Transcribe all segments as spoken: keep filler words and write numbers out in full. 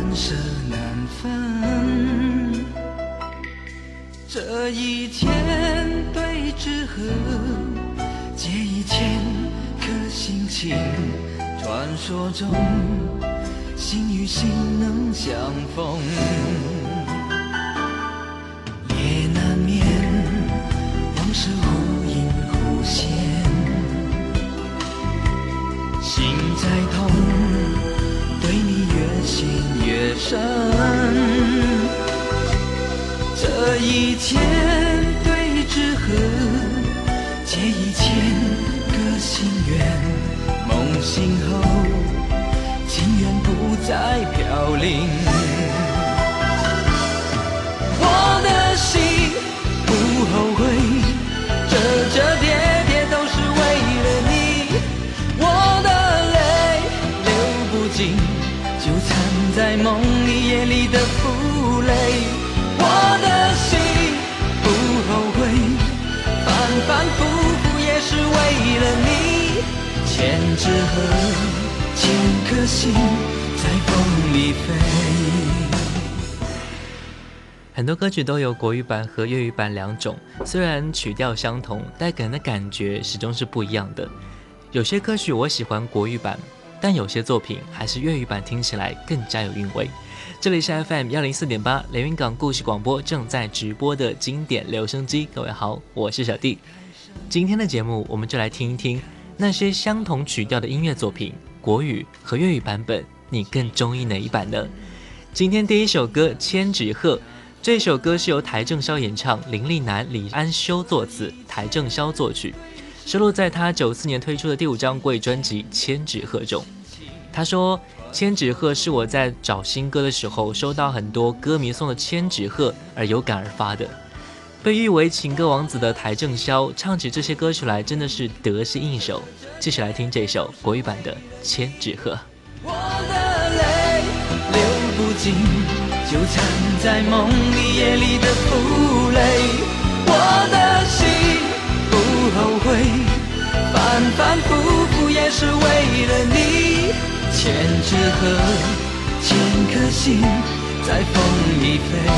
舍难分。这一天对之和，借一千颗心情，传说中心与心能相逢。也难免往事忽隐忽现，心在痛，对你越陷越深。这一天对之和，借一千个心愿，梦醒后情缘不再飘零。我的心不后悔，折折叠叠都是为了你。我的泪流不尽，就藏在梦里夜里的负累。我的心不后悔，反反复复也是为了你。千纸鹤，千颗心在风里飞。 很多歌曲都有国语版和粤语版两种，虽然曲调相同，但给人的感觉始终是不一样的。有些歌曲我喜欢国语版，但有些作品还是粤语版听起来更加有韵味。这里是 F M 一零四点八 连云港故事广播正在直播的经典留声机，各位好，我是小弟。今天的节目我们就来听一听那些相同曲调的音乐作品，国语和粤语版本，你更中意哪一版呢？今天第一首歌《千纸鹤》，这首歌是由邰正宵演唱，林立南、李安修作词，邰正宵作曲，收录在他九四年推出的第五张国语专辑《千纸鹤》中。他说，千纸鹤是我在找新歌的时候收到很多歌迷送的千纸鹤而有感而发的。被誉为情歌王子的邰正宵唱起这些歌曲来真的是得心应手。继续来听这首国语版的《千纸鹤》。 我的泪流不尽，就藏在梦里夜里的负累。我的心不后悔，反反复复也是为了你。千纸鹤，千颗心在风里飞。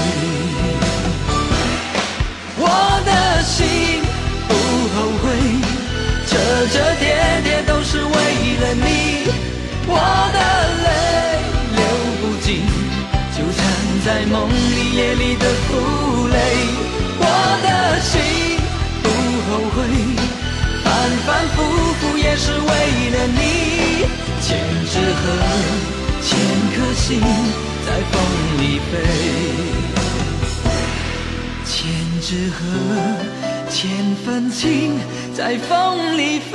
我的心不后悔，折折叠叠都是为了你。我的泪流不尽，就藏在梦里夜里的负累。我的心不后悔，反反复复也是为了你。千纸鹤，千颗心在风里飞。千纸鹤，千份情在风里飞。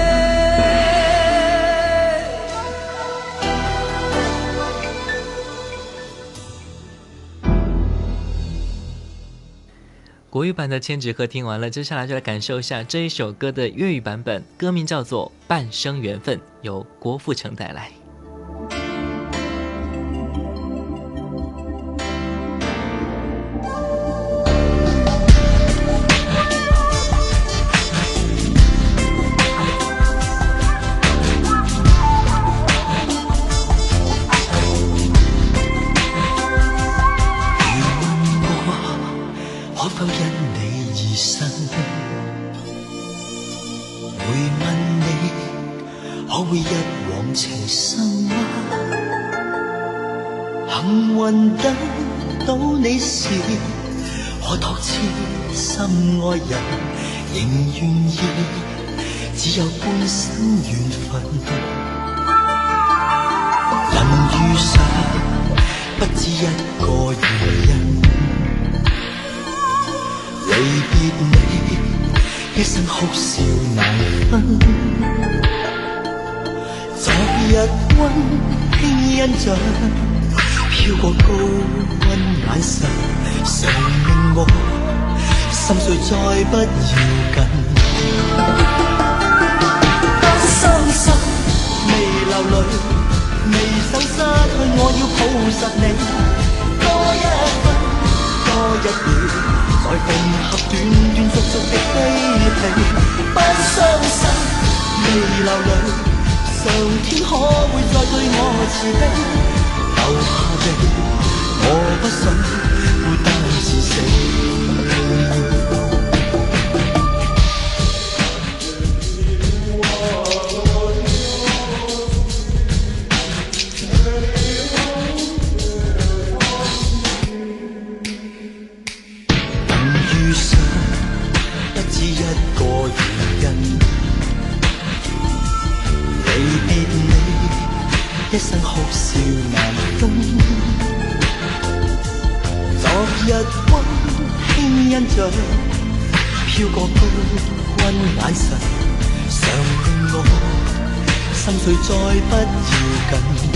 国语版的《千纸鹤》听完了，接下来就来感受一下这一首歌的粤语版本，歌名叫做《半生缘分》，由郭富城带来。 會一往情深嗎？幸運得到你時，可託痴心愛人仍願意，只有半生緣分。人遇上不止一個原因，離別你一生哭笑難分。昨日溫馨印象飄過高溫眼神，常令我心碎再不要緊。不傷心未流淚，未想失去我要抱實你，多一分多一秒，在縫合斷斷續續的悲喜。不傷心未流淚，上天可會再對我慈悲，留下地，我不想孤單至死。遇上不止一個原因，離別你，一生哭笑難分。昨日溫馨印象，飄過高溫眼神，常令我心碎再不要緊。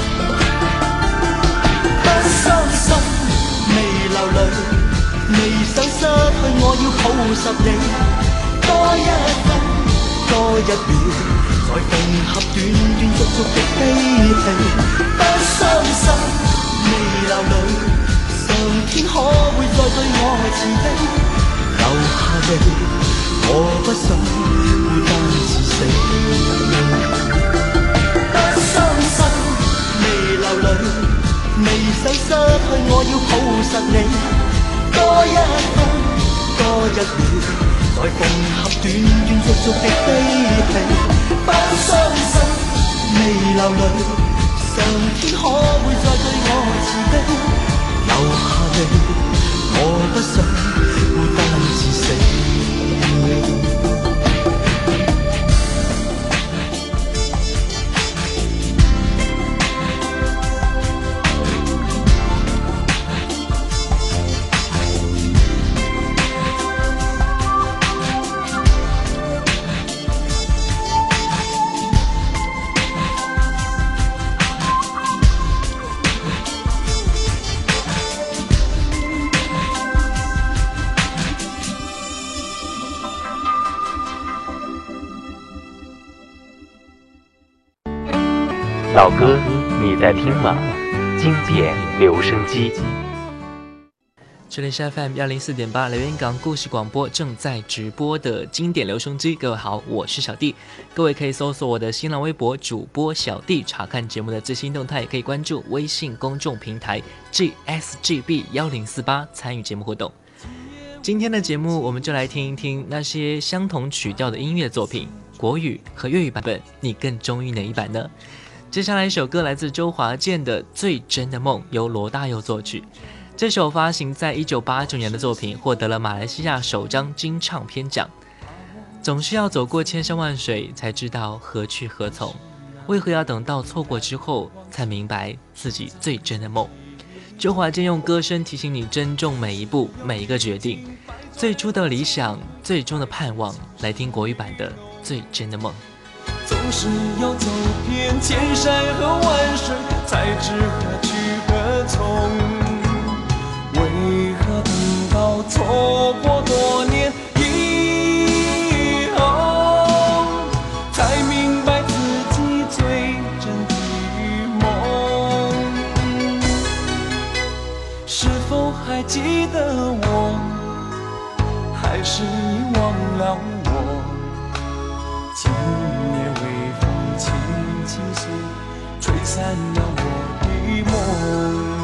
不傷心，未流淚。未想失去，我要抱實你，多一分，多一秒，在縫合斷斷續續的悲喜。不傷心，未流淚，上天可會再對我慈悲？留下你，我不想孤單至死。不傷心，未流淚，未想失去，我要抱實你。多一分，多一秒，在縫合斷斷續續的悲喜。不傷心，未流淚，上天可會再對我慈悲？留下你，我不想孤單至死。 老哥，你在听吗？经典留声机。 这里是 F M 一零四点八，连云港故事广播正在直播的经典留声机。各位好，我是小弟。各位可以搜索我的新浪微博主播小弟，查看节目的最新动态，也可以关注微信公众平台 G S G B 一零四八参与节目互动。今天的节目，我们就来听一听那些相同曲调的音乐作品，国语和粤语版本，你更中意哪一版呢？接下来一首歌来自周华健的《最真的梦》，由罗大佑作曲。这首发行在一九八九年的作品，获得了马来西亚首张金唱片奖。总是要走过千山万水，才知道何去何从，为何要等到错过之后，才明白自己最真的梦？周华健用歌声提醒你珍重每一步，每一个决定，最初的理想，最终的盼望。来听国语版的《最真的梦》。 总是要走遍千山和万水，才知何去何从。为何等到错过多年以后，才明白自己最真的梦？是否还记得我？还是遗忘了我？今年微风轻轻诉，吹散了我的梦。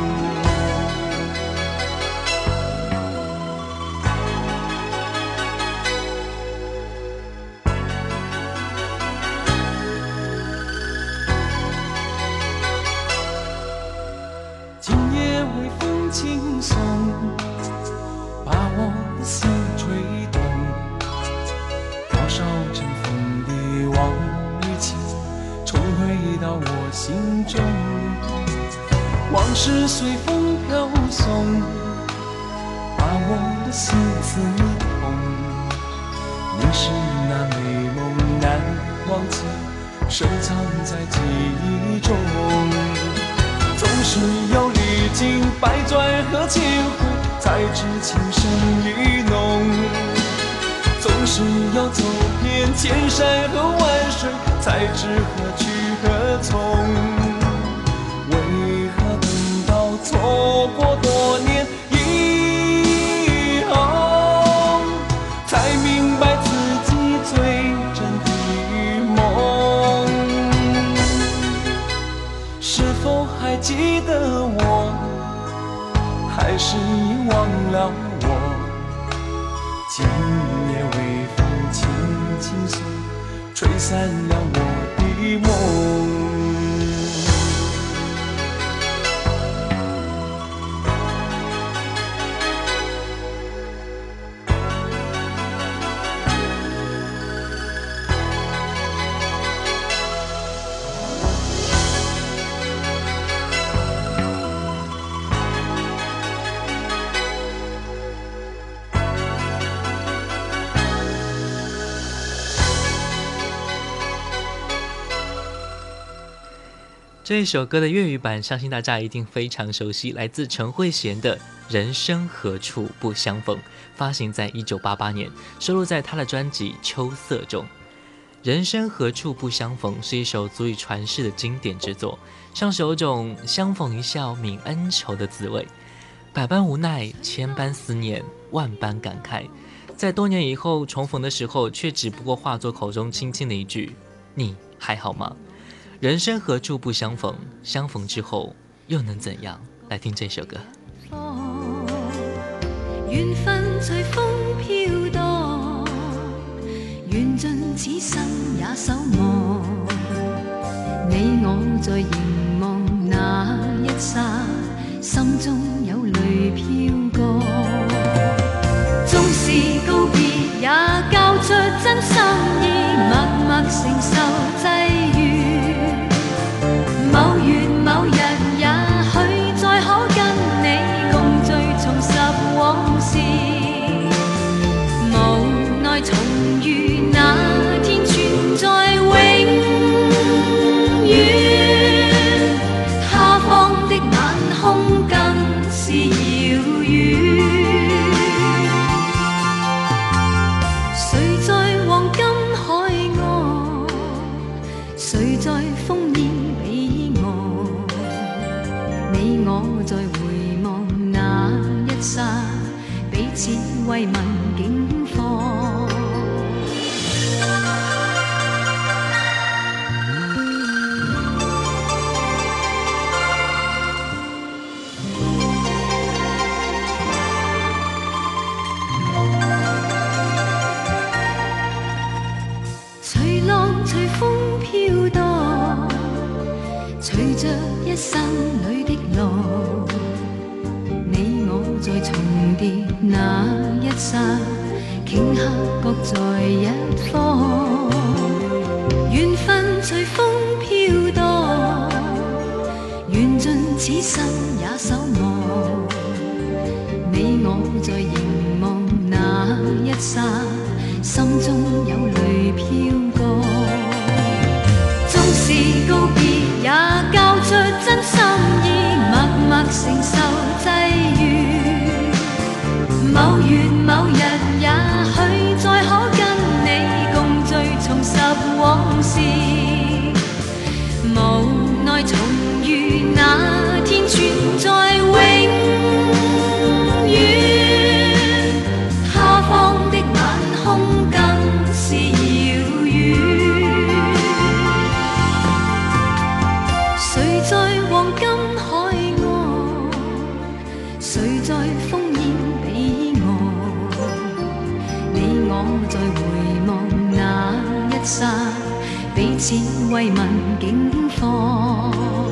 今夜微风轻送，把我的心吹动。多少尘封的往日情，重回到我心中。往事随风飘送，把我的心刺痛。你是那美梦难忘记，深藏在记忆中。总是要历经百转和千回，才知情深意浓。总是要走遍千山和万水，才知何去何从。为何等到错过多年以后，才明白自己最真的梦？ 是否还记得我？还是遗忘了我？今夜微风轻轻送，吹散了我的梦。 这一首歌的粤语版相信大家一定非常熟悉，来自陈慧娴的《人生何处不相逢》，发行在一九八八年，收录在她的专辑《秋色》中。人生何处不相逢是一首足以传世的经典之作，像是有种相逢一笑泯恩仇的滋味，百般无奈，千般思念，万般感慨，在多年以后重逢的时候，却只不过化作口中轻轻的一句你还好吗？人生何处不相逢，相逢之后又能怎样？来听这首歌。 緣分隨風飄蕩，緣盡此生也守望。你我在凝望那一剎，心中有淚飄過。縱是告別，也交出真心意，默默承受際遇。某月某日，也許再可跟你共聚重拾往事，無奈重遇那天存在永遠，他方的晚空更是遙遠。誰在黃金海岸，誰在烽煙彼岸，你我在回望那一剎，彼此慰問境況。隨浪隨風飄蕩，隨着一生裏的路，你我在重疊那一剎，頃刻各在一方。緣分隨風飄蕩，緣盡此生也守望。你我在凝望那一剎，心中有淚飄過。縱是告別，也交出真心意，默默承受際遇。某月某日，也許再可跟你共聚重拾往事，無奈重遇那天存在永遠，他方的晚空更是遙遠。誰在黃金海岸，誰在烽煙彼岸，你我在回望那一剎，彼此慰問境況。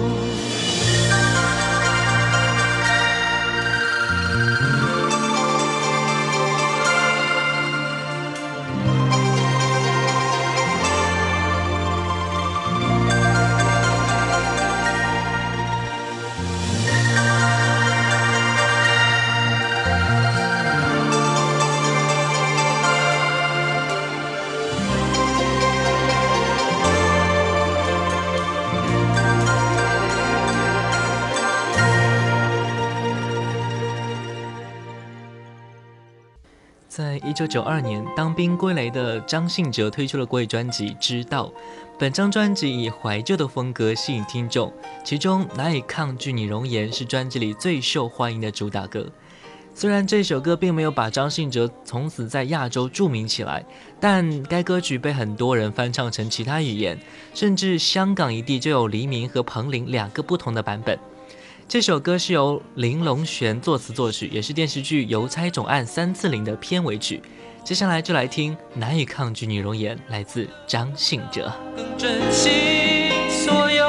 在一九九二年当兵归来的张信哲推出了国语专辑《知道》，本张专辑以怀旧的风格吸引听众，其中《难以抗拒你容颜》是专辑里最受欢迎的主打歌。 虽然这首歌并没有把张信哲从此在亚洲著名起来，但该歌曲被很多人翻唱成其他语言，甚至香港一地就有黎明和彭羚两个不同的版本。这首歌是由林隆璇作词作曲，也是电视剧《邮差总案三四零》的片尾曲。接下来就来听《难以抗拒你容颜》，来自张信哲。 更珍惜所有，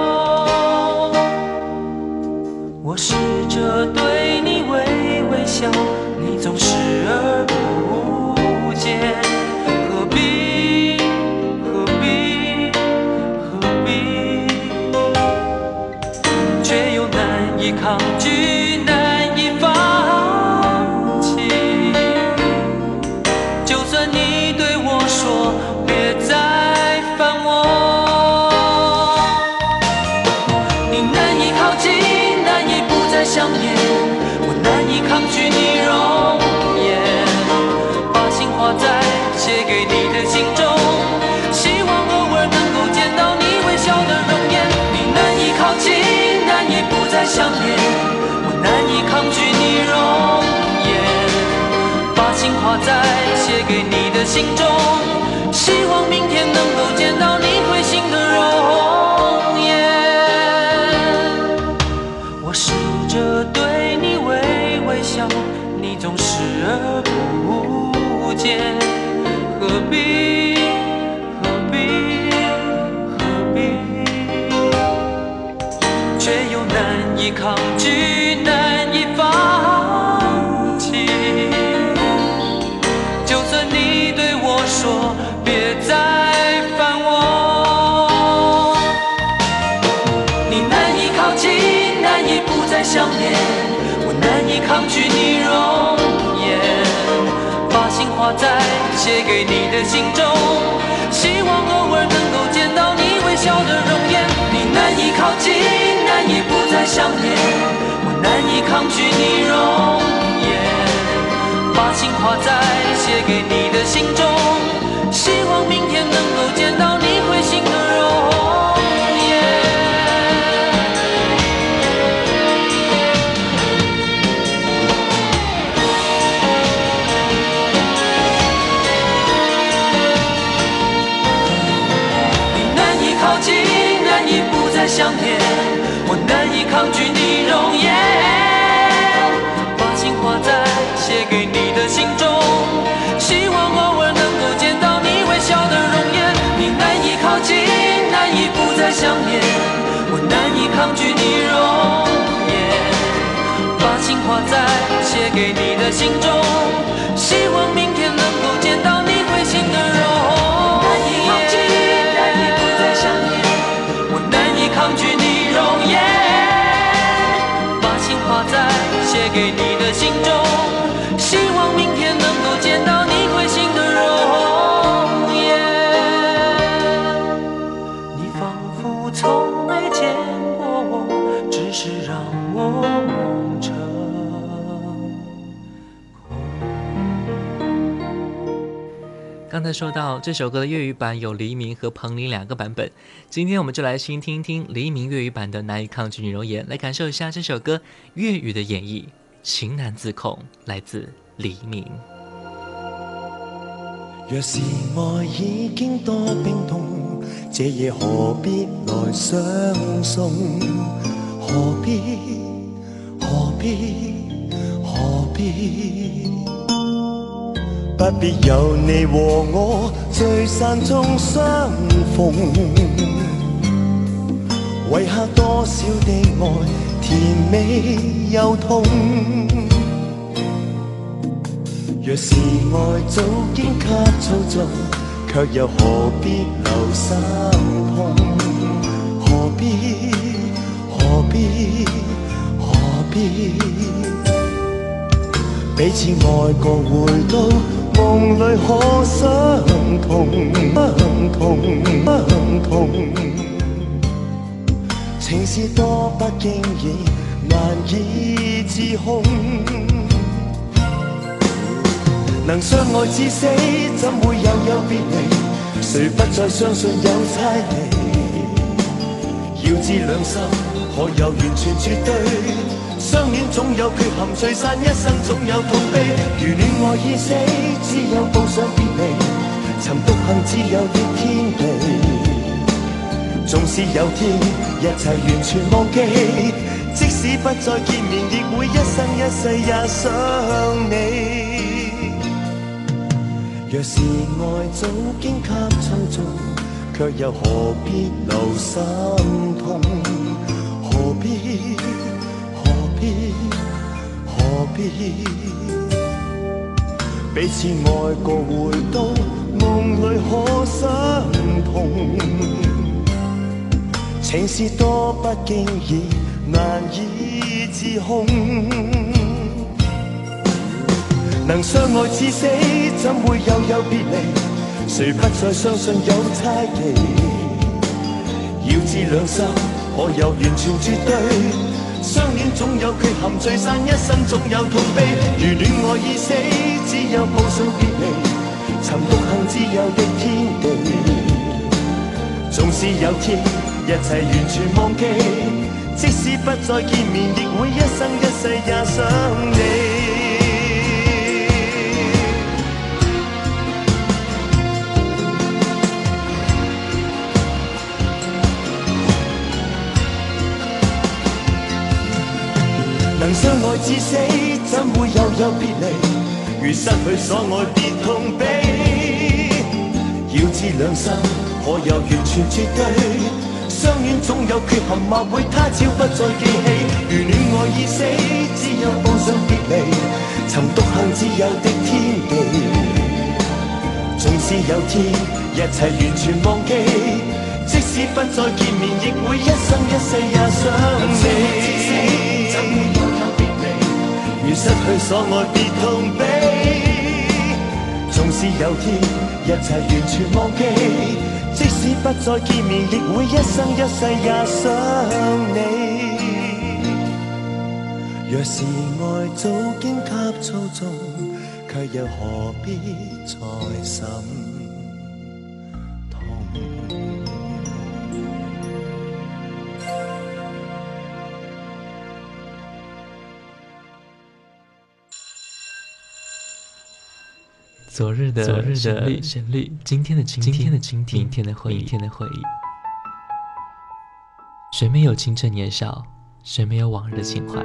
我试着对你微微笑，你总视而不见，何必何必何必，却又难以抗拒，难以放弃。就算你对我说别再烦我，你难以靠近，难以不再想念，我难以抗拒你容颜，把心画在写给你的信中，希望偶尔能够见到你微笑的容颜。你难以靠近，难以不再想念，我难以抗拒你容颜，把心画在写给你的信中，希望明天能够见到你会心的容颜。我试着对你微微笑，你总视而不见，何必何必何必，却又难以抗拒，难以放弃。就算你对我说别再烦我，你难以靠近，难以不再想念，我难以抗拒你容颜，把心画在写给你的信中，希望偶尔能够见到你微笑的容颜。你难以靠近，难以不再想念，我难以抗拒你容颜，把心画在写给你的信中，希望明天能够见到你会心的容颜。你难以靠近，难以不再想念，我难以抗拒你容颜，把心画在写给你的信中，希望偶尔能够见到你微笑的容颜。你难以靠近，难以不再想念，我难以抗拒你容颜，把心画在写给你的信中，希望明天能够见到你会心的容颜。难以靠近，难以不再想念，我难以抗拒你容颜，把心画在写给你的信中，希望明天能够见到你会心的容颜。你仿佛从没见过我，只是让我梦成刚才说到这首歌的粤语版有黎明和彭羚两个版本，今天我们就来先听听黎明粤语版的《难以抗拒你容颜》，来感受一下这首歌粤语的演绎。情难自控，来自黎明。 若是愛已經多冰凍，這夜何必來相送？何必何必何必？不必有你和我聚散中相逢，遺下多少的愛，甜美又痛。若是愛早經給操縱，卻又何必留心痛？何必何必何必？彼此愛過回到夢裏可相同，相同相同。情是多不經意，難以自控。能相愛至死，怎會又有別離？誰不再相信有猜疑？ 要知兩心可有完全絕對？相戀總有缺陷，聚散一生總有痛悲。如戀愛已死，只有步上別離，尋獨行自由的天地。縱使有天一切完全忘記，即使不再見面，亦會一生一世也想你。若是愛早經給操縱，卻又何必留心痛？何必何必何必彼此愛過回到夢裏可相同？情是多不經意，難以自控。能相愛至死，怎會又有別離？誰不再相信有猜忌？要知兩心可有完全絕對？相戀總有缺陷，聚散一生總有痛悲。如戀愛已死，只有步上別離，尋獨行自由的天地。縱使有天一切完全忘記，即使不再見面，亦會一生一世也想你。能相愛至死，怎會又有別離？如失去所愛，別痛悲。要知兩心可有完全絕對？相戀總有缺陷，或會他朝不再記起。如戀愛已死，只有步上別離，尋獨行自由的天地。縱使有天一切完全忘記，即使不再見面，亦會一生一世也想你。如失去所愛，別痛悲。縱使有天一切完全忘記，即使不再見面，亦會一生一世也想你。若是愛早經給操縱，卻又何必再心痛？ 昨日的昨日的旋律，今天的今天的今天，明天的回忆，明天的回忆。谁没有青春年少？谁没有往日的情怀？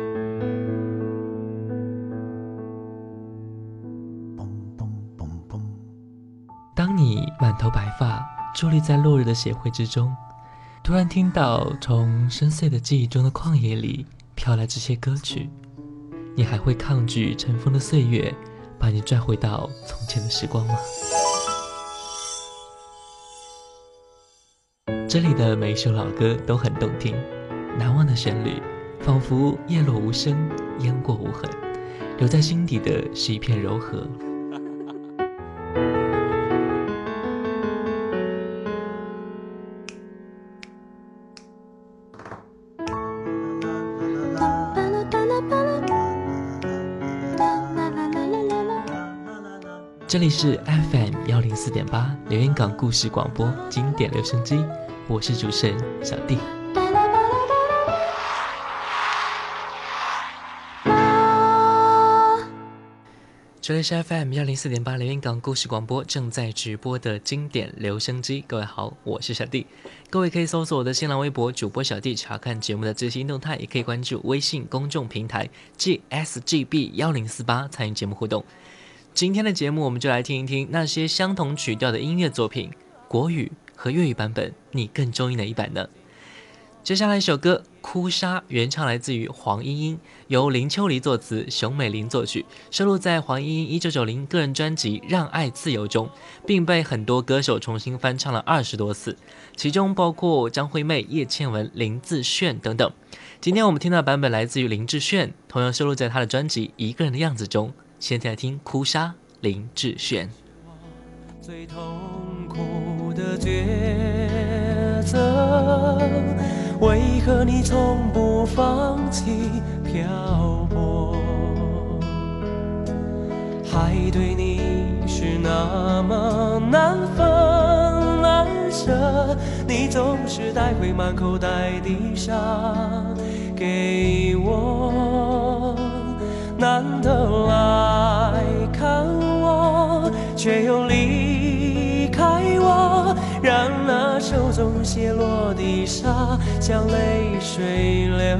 当你满头白发，伫立在落日的血灰之中，突然听到从深邃的记忆中的旷野里飘来这些歌曲，你还会抗拒尘封的岁月把你拽回到从前的时光吗？这里的每一首老歌都很动听，难忘的旋律，仿佛叶落无声，烟过无痕，留在心底的是一片柔和。这里是 F M 一零四点八连云港故事广播经典留声机，我是主持人小弟。这里是 F M 一零四点八连云港故事广播正在直播的经典留声机，各位好，我是小弟。各位可以搜索我的新浪微博主播小弟查看节目的最新动态，也可以关注微信公众平台 G S G B 一零四八参与节目互动。今天的节目我们就来听一听那些相同曲调的音乐作品，国语和粤语版本你更中意哪一版呢？接下来一首歌《哭砂》，原唱来自于黄莺莺，由林秋离作词，熊美玲作曲，收录在黄莺莺一九九零个人专辑《让爱自由》中，并被很多歌手重新翻唱了二十多次，其中包括张惠妹、叶倩文、林志炫等等。今天我们听到的版本来自于林志炫，同样收录在他的专辑《一个人的样子》中。现在来听《哭砂》，林志炫。 最痛苦的抉择，为何你从不放弃漂泊？海对你是那么难分难舍， 舍，你总是带回满口袋的沙给我，难得来看我，却又离开我，让那手中泻落的沙像泪水流。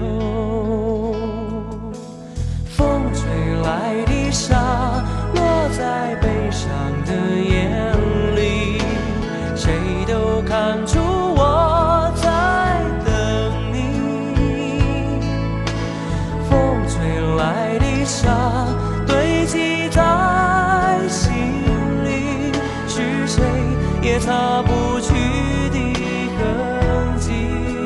风吹来的沙落在悲伤的眼里，谁都看出我在等你。风吹来的沙堆积在心里，是谁也擦不去的痕迹。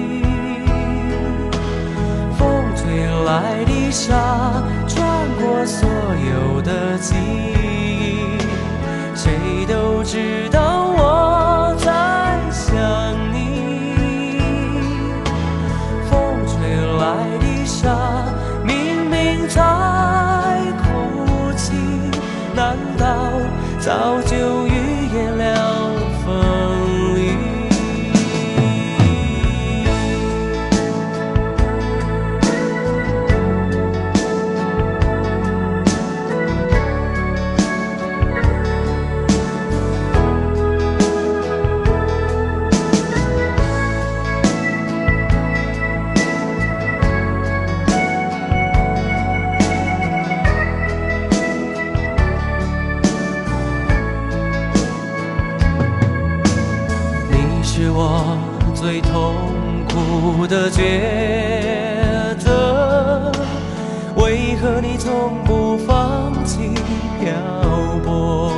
风吹来的沙穿过所有的记忆，谁都知道我在想你。风吹来的沙明明在哭泣，难道早就预言了分离？最痛苦的抉择，为何你从不放弃漂泊？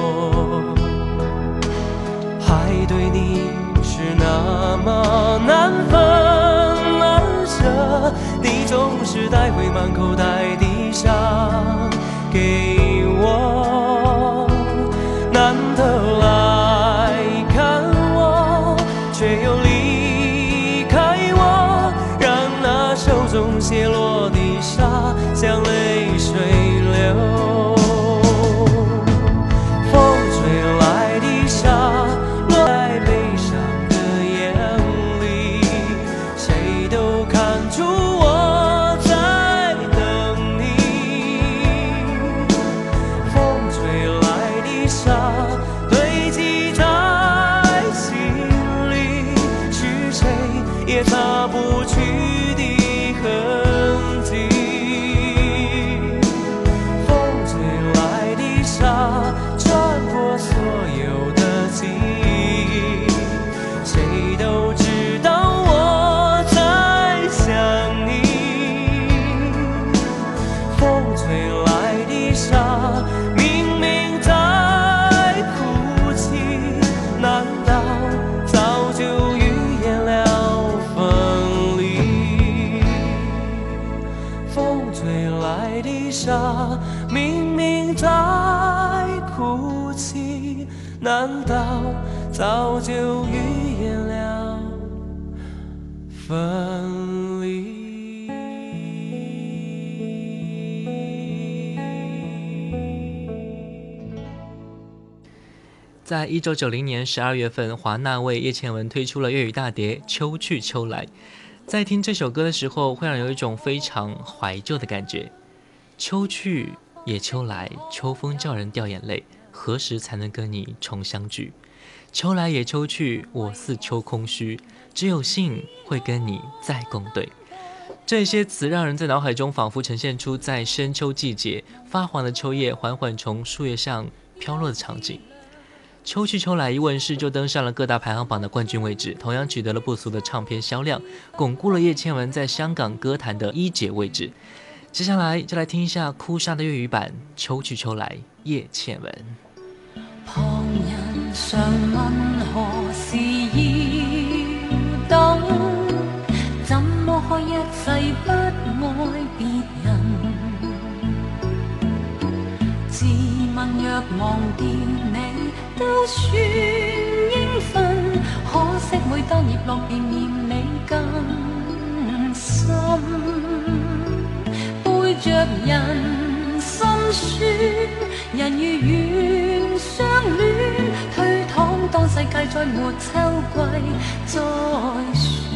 海对你是那么难分难舍，你总是带回满口袋的沙给我，难得来看我，却又离手中泻落的沙像泪水流。风吹来的沙落在悲伤的眼里，谁都看出我在等你。风吹来的沙堆积在心里，是谁也擦不去痕迹。风吹来的沙穿过所有的记忆，谁都知道我在想你。风吹来的沙明明在哭泣，难道早就预言了分离？风吹来的沙明明在哭泣，难道早就预言了分离？ 在一九九零年十二月份，华纳为叶倩文推出了粤语大碟《秋去秋来》。在听这首歌的时候，会让人有一种非常怀旧的感觉。秋去也秋来，秋风叫人掉眼泪，何时才能跟你重相聚？秋来也秋去，我似秋空虚，只有幸会跟你再共对。这些词让人在脑海中仿佛呈现出在深秋季节，发黄的秋叶缓缓从树叶上飘落的场景。秋去秋来一问世就登上了各大排行榜的冠军位置，同样取得了不俗的唱片销量，巩固了叶倩文在香港歌坛的一姐位置。接下来就来听一下哭砂的粤语版《秋去秋来》，叶倩文。 旁人常問何時要等，怎麼可一世不愛別人？自問若忘掉你都算應份，可惜每當葉落便念你更深，背着人心酸，人如願相戀，推搪當世界再沒秋季再說。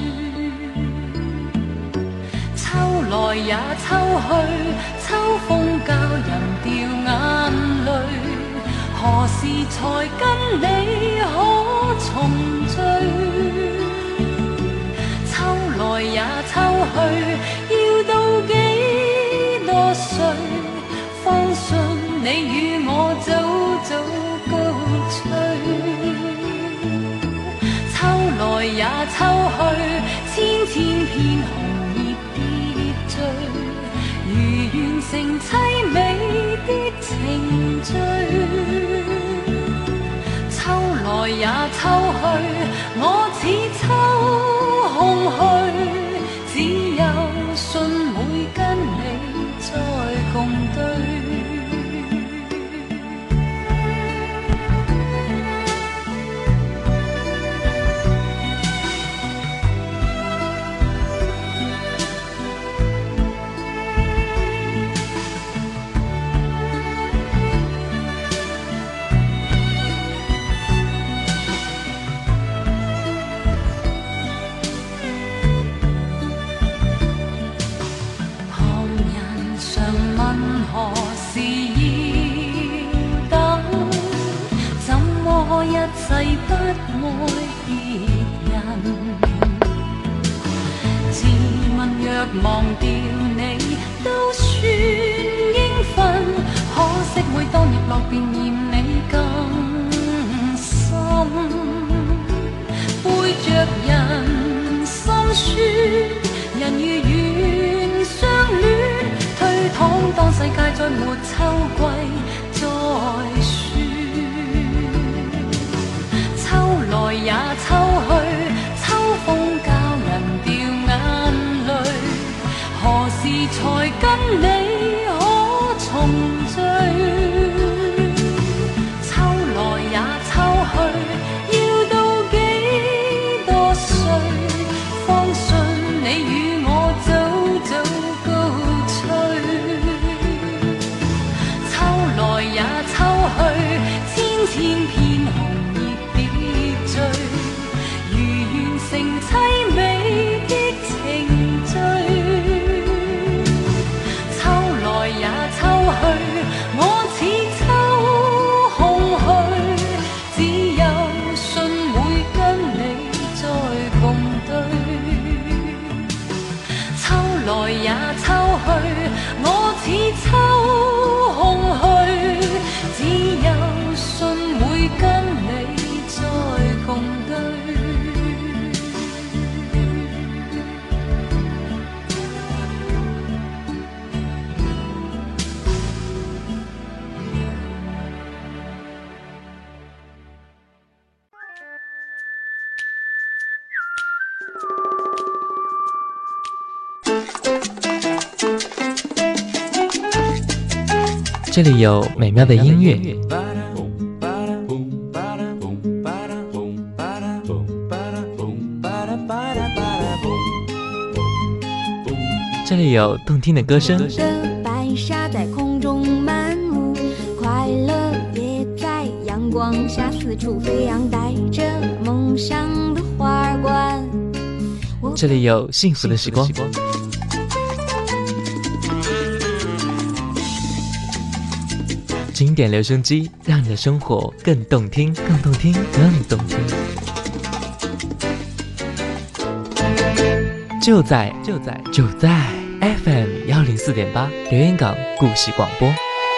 秋來也秋去，秋風教人掉眼淚。何時才跟你可重聚？秋來也秋去，要到幾多歲？方信你與我早早高吹。秋來也秋去，千千片紅葉跌墜，如完成凄美的程序。秋來也秋去，我似秋空虛，只有信會跟你再共對。何時要等？怎麼一世不愛別人？自問若忘掉你都算應份，可惜每當葉落便嫌你更深。背着人心酸，人如願相戀。推搪當世界再沒秋季再說。秋來也秋去，秋風教人掉眼淚。何時才跟你可重聚？秋來也秋去，要到幾多歲？方信你與我早早高來也秋去，千千片紅葉跌墜，如完成凄美的程序。秋來也秋去，我似秋空虛，只有信會跟你再共對。秋來也秋去，我似秋空虛，只有信會跟你再共對。 这里有美妙的音乐，这里有动听的歌声， 白沙在空中漫舞，快乐也在阳光下四处飞扬，带着梦想的花儿冠。 这里有幸福的时光，经典留声机，让你的生活更动听，更动听，更动听。就在就在就在 F M 幺零四点八留言港故事广播。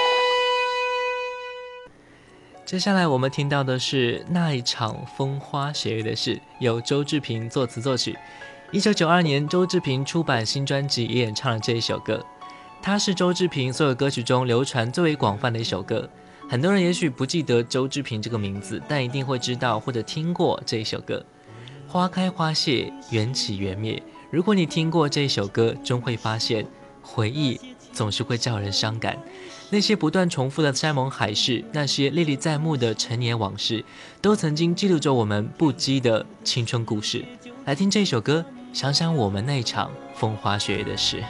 接下来我们听到的是那一场风花雪月的事，由周志平作词作曲。一九九二年，周志平出版新专辑，也演唱了这一首歌。它是周志平所有歌曲中流传最为广泛的一首歌。很多人也许不记得周志平这个名字，但一定会知道或者听过这一首歌。花开花谢，缘起缘灭。如果你听过这一首歌，终会发现回忆总是会叫人伤感。那些不断重复的山盟海誓，那些历历在目的陈年往事，都曾经记录着我们不羁的青春故事。来听这首歌，想想我们那场风花雪月的事。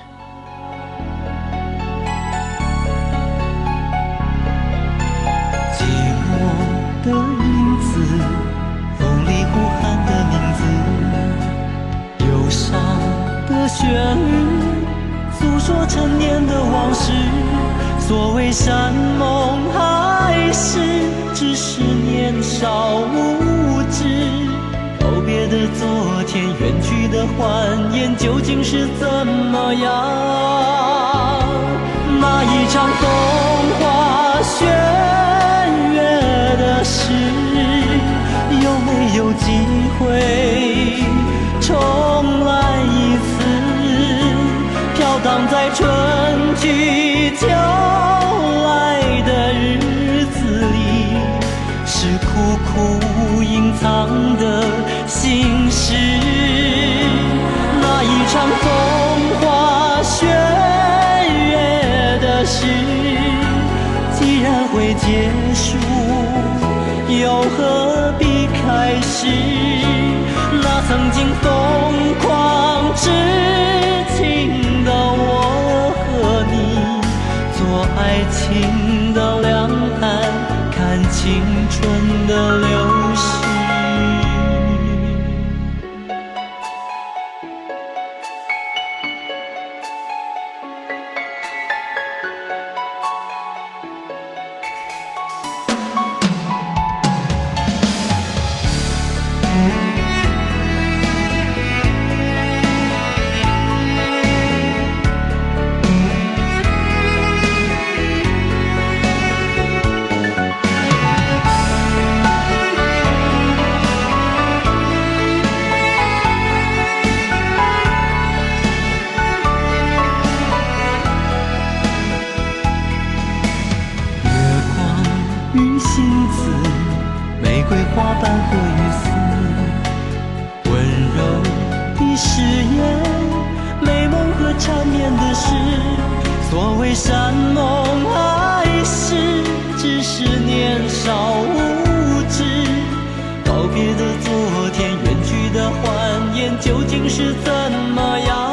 寂寞的影子，风旋律，诉说陈年的往事。所谓山盟海誓，只是年少无知。告别的昨天，远去的欢颜，究竟是怎么样？那一场风花雪月的事，有没有机会重来一次？飘荡在春去秋来的日子里，是苦苦隐藏的心事。那一场风花雪月的事，既然会结束，又何必开始？那曾经疯狂痴情的我和你，做爱情的两岸，看青春的流逝。花瓣和雨丝，温柔的誓言，美梦和缠绵的事。所谓山盟海誓，只是年少无知。告别的昨天，远去的欢颜，究竟是怎么样？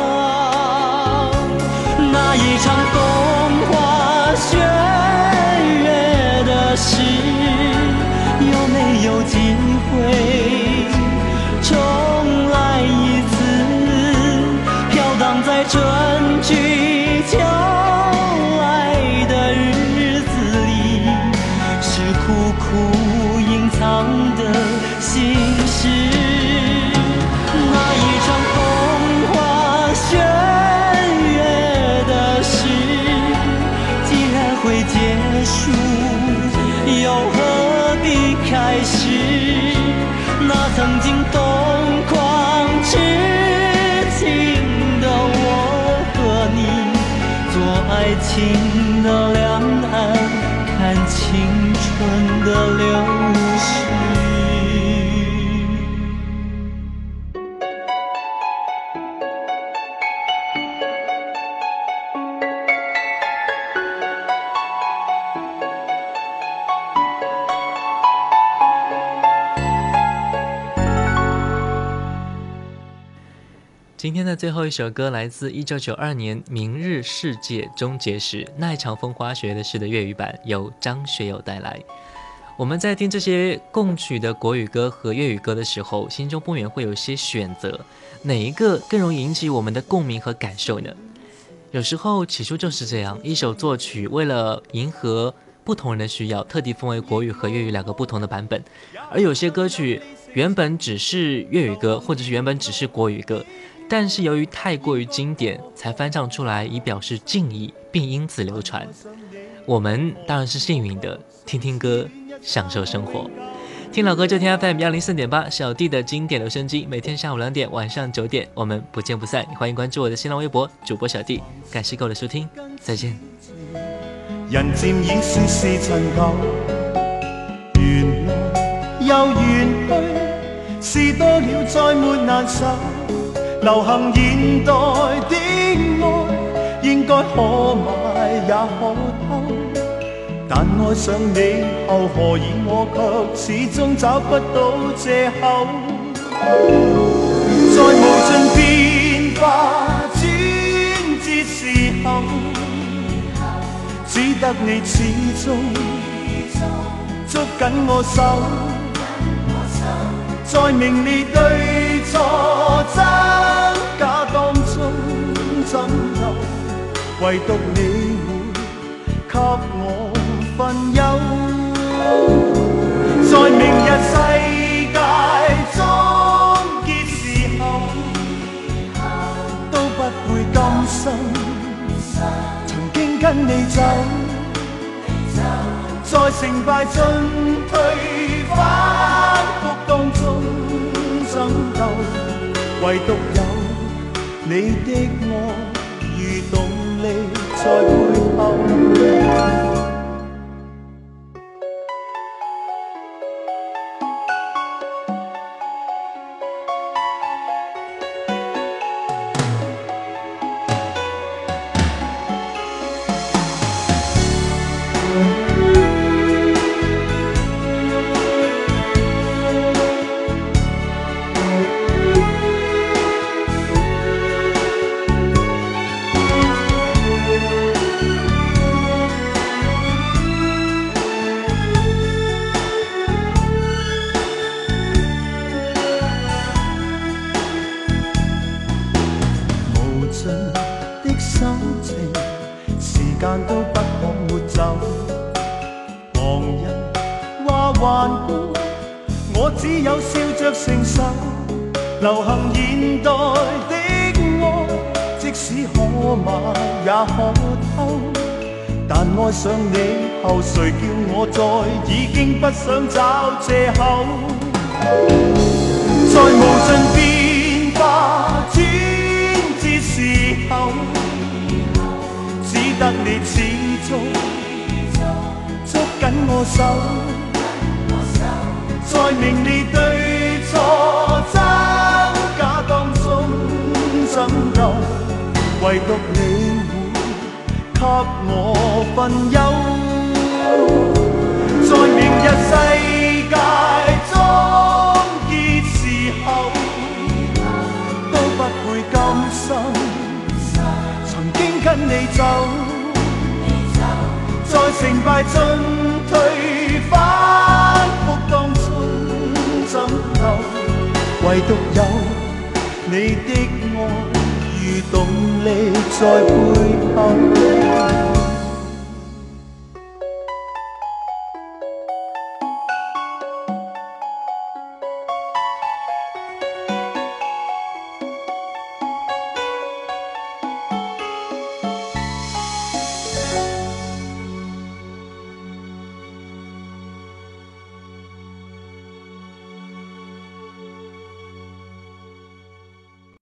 那一场风花雪月的事，有没有机会重来一次？飘荡在春去秋来的日子里，是苦苦隐藏的心事。那一场风花雪月的事，既然会结束，又何必开始？那曾经疯狂痴情的我和你，做爱情的两岸，看青春的流逝。 今天的最后一首歌来自一九九二年《明日世界终结时》那一场风花雪月的事的粤语版，由张学友带来。我们在听这些共曲的国语歌和粤语歌的时候，心中不免会有些选择，哪一个更容易引起我们的共鸣和感受呢？有时候起初就是这样，一首作曲为了迎合不同人的需要，特地分为国语和粤语两个不同的版本，而有些歌曲原本只是粤语歌，或者是原本只是国语歌，但是由于太过于经典，才翻唱出来以表示敬意，并因此流传。我们当然是幸运的，听听歌，享受生活。听老歌就听 F M 一零四点八，小弟的经典留声机，每天下午两点，晚上九点，我们不见不散。欢迎关注我的新浪微博主播小弟，感谢各位的收听，再见。 人漸已是是陳舊，緣來又緣去，事多了再沒難受。流行現代的愛，應該可買也可偷，但愛上你後何以我卻始終找不到藉口。在無盡變化轉折時候，只得你始終捉緊我手，在名利對錯真假當中。 愁，唯獨你會給我分憂。在明日世界終結時候，都不會甘心曾經跟你走，在成敗進退反覆當中爭鬥，唯獨有你的愛如動力在背後。流行現代的愛，即使可買也可偷，但愛上你後，誰叫我再已經不想找藉口。在無盡變化轉折時候，只得你始終捉緊我手，在名利對錯爭假當中爭鬥，唯獨你會給我分憂。在明日世界終結時候，都不會甘心曾經跟你走，在成敗進退反覆當中爭鬥，唯獨有你的愛如動力在背後。